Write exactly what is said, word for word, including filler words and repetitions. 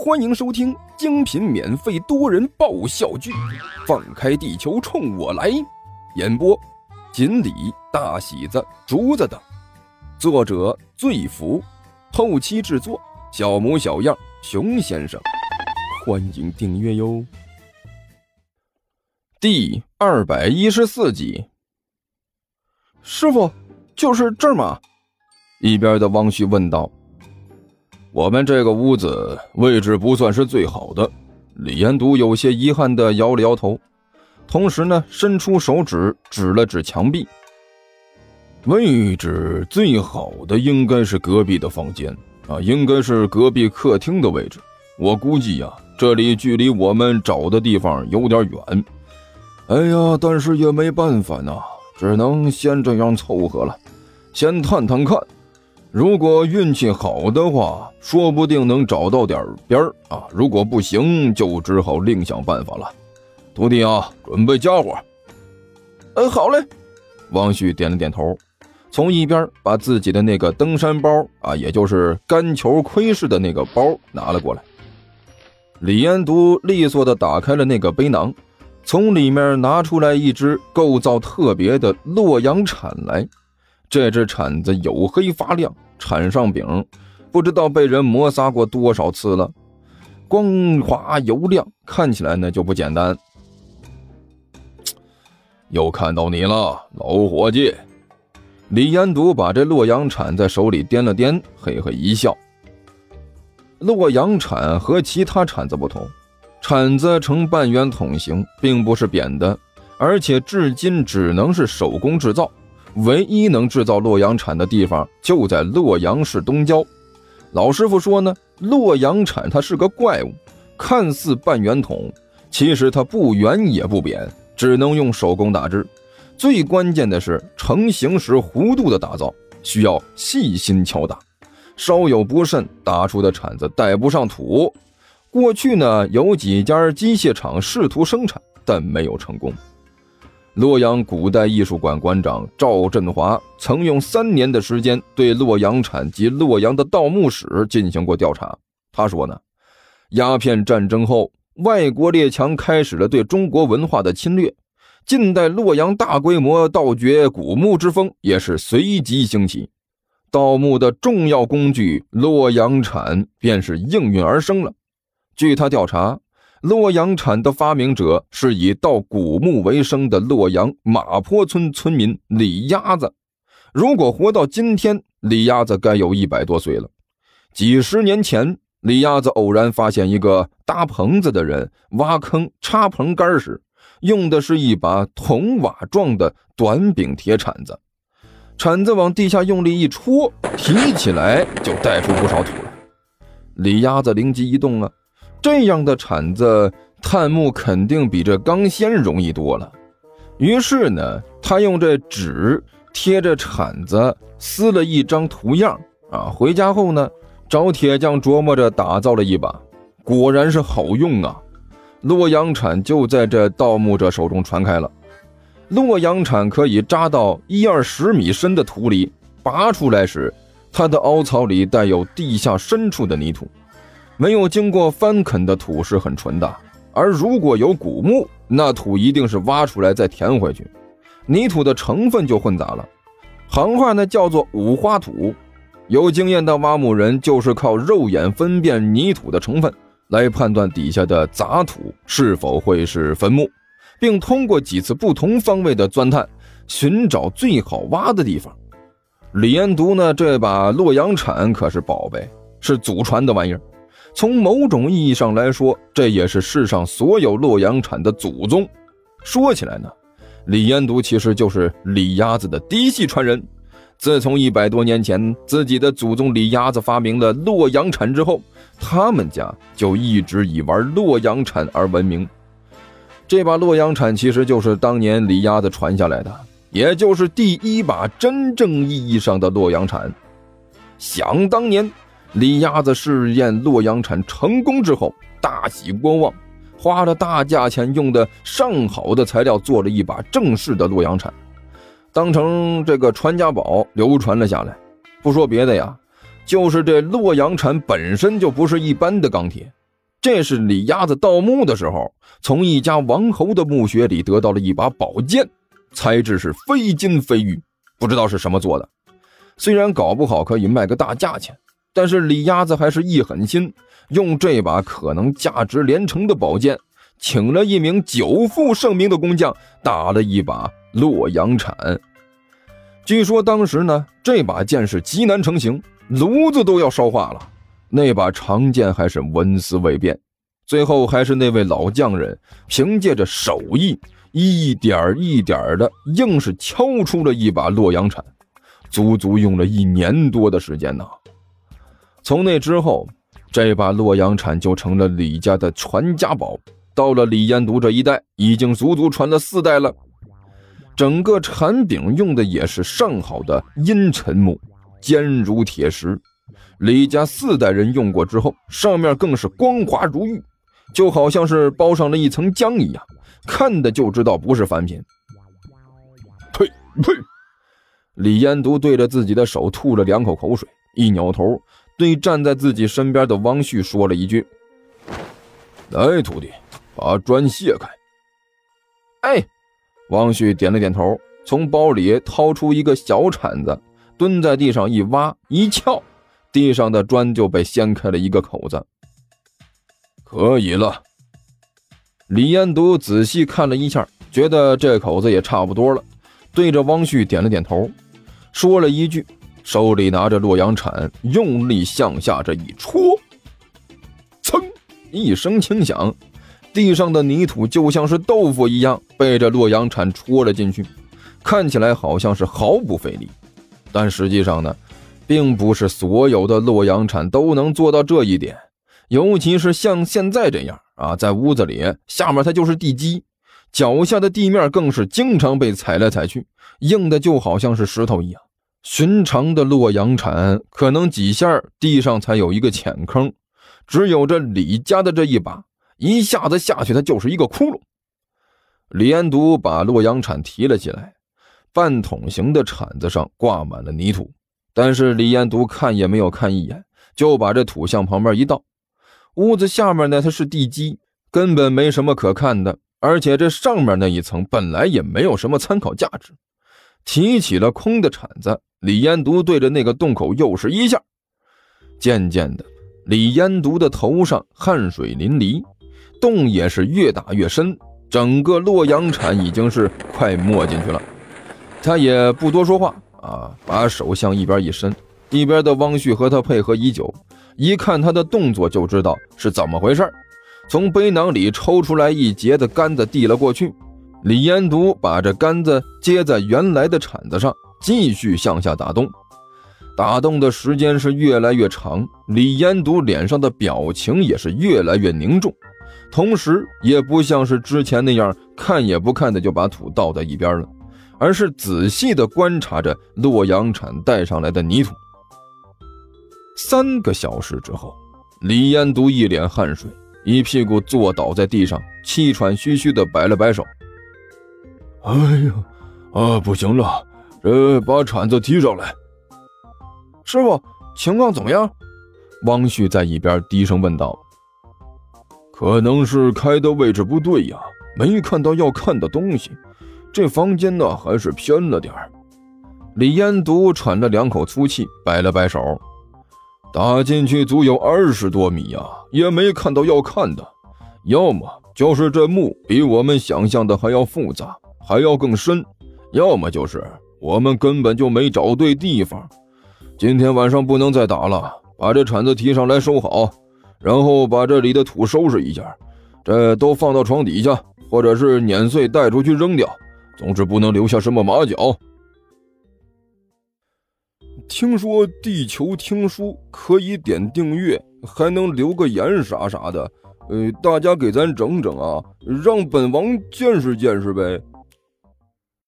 欢迎收听精品免费多人爆笑剧《放开地球冲我来》，演播锦鲤、大喜子、竹子等，作者醉福，后期制作小模小样、熊先生。欢迎订阅哟。第二百一十四集。师傅，就是这儿吗？一边的汪旭问道。我们这个屋子位置不算是最好的，李延独有些遗憾地摇了摇头，同时呢伸出手指指了指墙壁。位置最好的应该是隔壁的房间啊，应该是隔壁客厅的位置。我估计呀，这里距离我们找的地方有点远。哎呀，但是也没办法呢，只能先这样凑合了，先探探看。如果运气好的话，说不定能找到点边儿啊！如果不行，就只好另想办法了。徒弟啊，准备家伙。嗯，好嘞。汪旭点了点头，从一边把自己的那个登山包啊，也就是干球盔式的那个包拿了过来。李延独利索地打开了那个背囊，从里面拿出来一只构造特别的洛阳铲来。这只铲子黝黑发亮，铲上柄不知道被人摩擦过多少次了，光滑油亮，看起来呢就不简单。又看到你了，老伙计。李延独把这洛阳铲在手里掂了掂，嘿嘿一笑。洛阳铲和其他铲子不同，铲子呈半圆筒形，并不是扁的，而且至今只能是手工制造。唯一能制造洛阳铲的地方就在洛阳市东郊。老师傅说呢，洛阳铲它是个怪物，看似半圆筒，其实它不圆也不扁，只能用手工打制。最关键的是成型时弧度的打造，需要细心敲打，稍有不慎，打出的铲子带不上土。过去呢，有几家机械厂试图生产，但没有成功。洛阳古代艺术馆馆长赵振华曾用三年的时间对洛阳铲及洛阳的盗墓史进行过调查。他说呢，鸦片战争后，外国列强开始了对中国文化的侵略，近代洛阳大规模盗掘古墓之风也是随即兴起，盗墓的重要工具洛阳铲便是应运而生了。据他调查，洛阳铲的发明者是以盗古墓为生的洛阳马坡村村民李鸭子。如果活到今天，李鸭子该有一百多岁了。几十年前，李鸭子偶然发现一个搭棚子的人挖坑插棚杆时，用的是一把铜瓦状的短柄铁铲子。铲子往地下用力一戳，提起来就带出不少土来。李鸭子灵机一动啊，这样的铲子探墓肯定比这钢锨容易多了。于是呢，他用这纸贴着铲子撕了一张图样啊，回家后呢，找铁匠琢磨着打造了一把，果然是好用啊。洛阳铲就在这盗墓者手中传开了。洛阳铲可以扎到一二十米深的土里，拔出来时，它的凹槽里带有地下深处的泥土。没有经过翻垦的土是很纯的，而如果有古墓，那土一定是挖出来再填回去，泥土的成分就混杂了。行话呢叫做五花土。有经验的挖墓人就是靠肉眼分辨泥土的成分，来判断底下的杂土是否会是坟墓，并通过几次不同方位的钻探，寻找最好挖的地方。李延独呢，这把洛阳铲可是宝贝，是祖传的玩意儿。从某种意义上来说，这也是世上所有洛阳铲的祖宗。说起来呢，李延独其实就是李鸭子的嫡系传人。自从一百多年前自己的祖宗李鸭子发明了洛阳铲之后，他们家就一直以玩洛阳铲而闻名。这把洛阳铲其实就是当年李鸭子传下来的，也就是第一把真正意义上的洛阳铲。想当年李鸭子试验洛阳铲成功之后，大喜过望，花了大价钱用的上好的材料做了一把正式的洛阳铲，当成这个传家宝流传了下来。不说别的呀，就是这洛阳铲本身就不是一般的钢铁， 这是李鸭子盗墓的时候，从一家王侯的墓穴里得到了一把宝剑，材质是非金非玉，不知道是什么做的。虽然搞不好可以卖个大价钱，但是李鸭子还是一狠心，用这把可能价值连城的宝剑，请了一名久负盛名的工匠，打了一把洛阳铲。据说当时呢，这把剑是极难成型，炉子都要烧化了，那把长剑还是纹丝未变。最后还是那位老匠人凭借着手艺，一点一点的硬是敲出了一把洛阳铲，足足用了一年多的时间呢。从那之后，这把洛阳铲就成了李家的传家宝，到了李彦独这一代，已经足足传了四代了。整个铲柄用的也是上好的阴沉木，坚如铁石。李家四代人用过之后，上面更是光滑如玉，就好像是包上了一层浆一样，看的就知道不是凡品。呸呸！李彦独对着自己的手吐了两口口水，一扭头对站在自己身边的汪旭说了一句：来，徒弟，把砖卸开。哎，汪旭点了点头，从包里掏出一个小铲子，蹲在地上一挖一撬，地上的砖就被掀开了一个口子。可以了。李彦独仔细看了一下，觉得这口子也差不多了，对着汪旭点了点头，说了一句，手里拿着洛阳铲，用力向下这一戳，噌一声轻响，地上的泥土就像是豆腐一样被这洛阳铲戳了进去，看起来好像是毫不费力。但实际上呢，并不是所有的洛阳铲都能做到这一点，尤其是像现在这样啊，在屋子里下面它就是地基，脚下的地面更是经常被踩来踩去，硬的就好像是石头一样。寻常的洛阳铲可能几下地上才有一个浅坑，只有这李家的这一把，一下子下去它就是一个窟窿。李彦独把洛阳铲提了起来，半筒形的铲子上挂满了泥土，但是李彦独看也没有看一眼，就把这土向旁边一倒。屋子下面呢，它是地基，根本没什么可看的，而且这上面那一层本来也没有什么参考价值。提起了空的铲子，李彦独对着那个洞口又是一下，渐渐的，李彦独的头上汗水淋漓，洞也是越打越深，整个洛阳铲已经是快没进去了。他也不多说话啊，把手向一边一伸，一边的汪旭和他配合已久，一看他的动作就知道是怎么回事，从背囊里抽出来一截的杆子递了过去。李彦独把这杆子接在原来的铲子上，继续向下打洞。打洞的时间是越来越长，李彦独脸上的表情也是越来越凝重，同时也不像是之前那样看也不看的就把土倒在一边了，而是仔细地观察着洛阳铲带上来的泥土。三个小时之后，李彦独一脸汗水，一屁股坐倒在地上，气喘吁吁地摆了摆手。哎呀，啊，不行了，这把铲子提上来。师傅，情况怎么样？汪旭在一边低声问道。可能是开的位置不对呀，没看到要看的东西，这房间呢还是偏了点儿。李彦独喘了两口粗气，摆了摆手。打进去足有二十多米呀，也没看到要看的，要么就是这墓比我们想象的还要复杂，还要更深，要么就是我们根本就没找对地方。今天晚上不能再打了，把这铲子提上来收好，然后把这里的土收拾一下，这都放到床底下，或者是碾碎带出去扔掉，总之不能留下什么马脚。听说地球听书可以点订阅，还能留个言啥啥的，呃，大家给咱整整啊，让本王见识见识呗。